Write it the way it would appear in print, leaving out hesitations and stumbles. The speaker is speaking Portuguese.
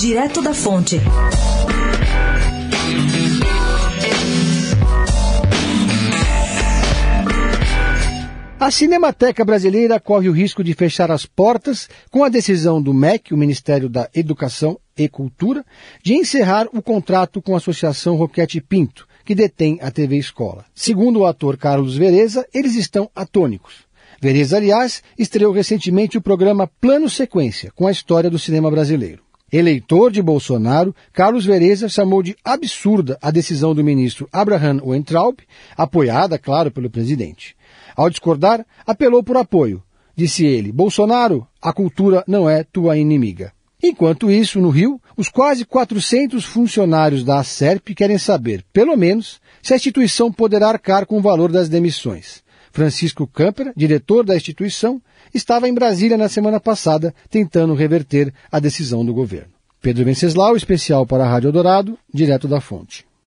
Direto da Fonte. A Cinemateca Brasileira corre o risco de fechar as portas com a decisão do MEC, o Ministério da Educação e Cultura, de encerrar o contrato com a Associação Roquete Pinto, que detém a TV Escola. Segundo o ator Carlos Vereza, eles estão atônicos. Vereza, aliás, estreou recentemente o programa Plano Sequência, com a história do cinema brasileiro. Eleitor de Bolsonaro, Carlos Vereza chamou de absurda a decisão do ministro Abraham Weintraub, apoiada, claro, pelo presidente. Ao discordar, apelou por apoio. Disse ele: Bolsonaro, a cultura não é tua inimiga. Enquanto isso, no Rio, os quase 400 funcionários da Acerp querem saber, pelo menos, se a instituição poderá arcar com o valor das demissões. Francisco Camper, diretor da instituição, estava em Brasília na semana passada tentando reverter a decisão do governo. Pedro Venceslau, especial para a Rádio Eldorado, direto da Fonte.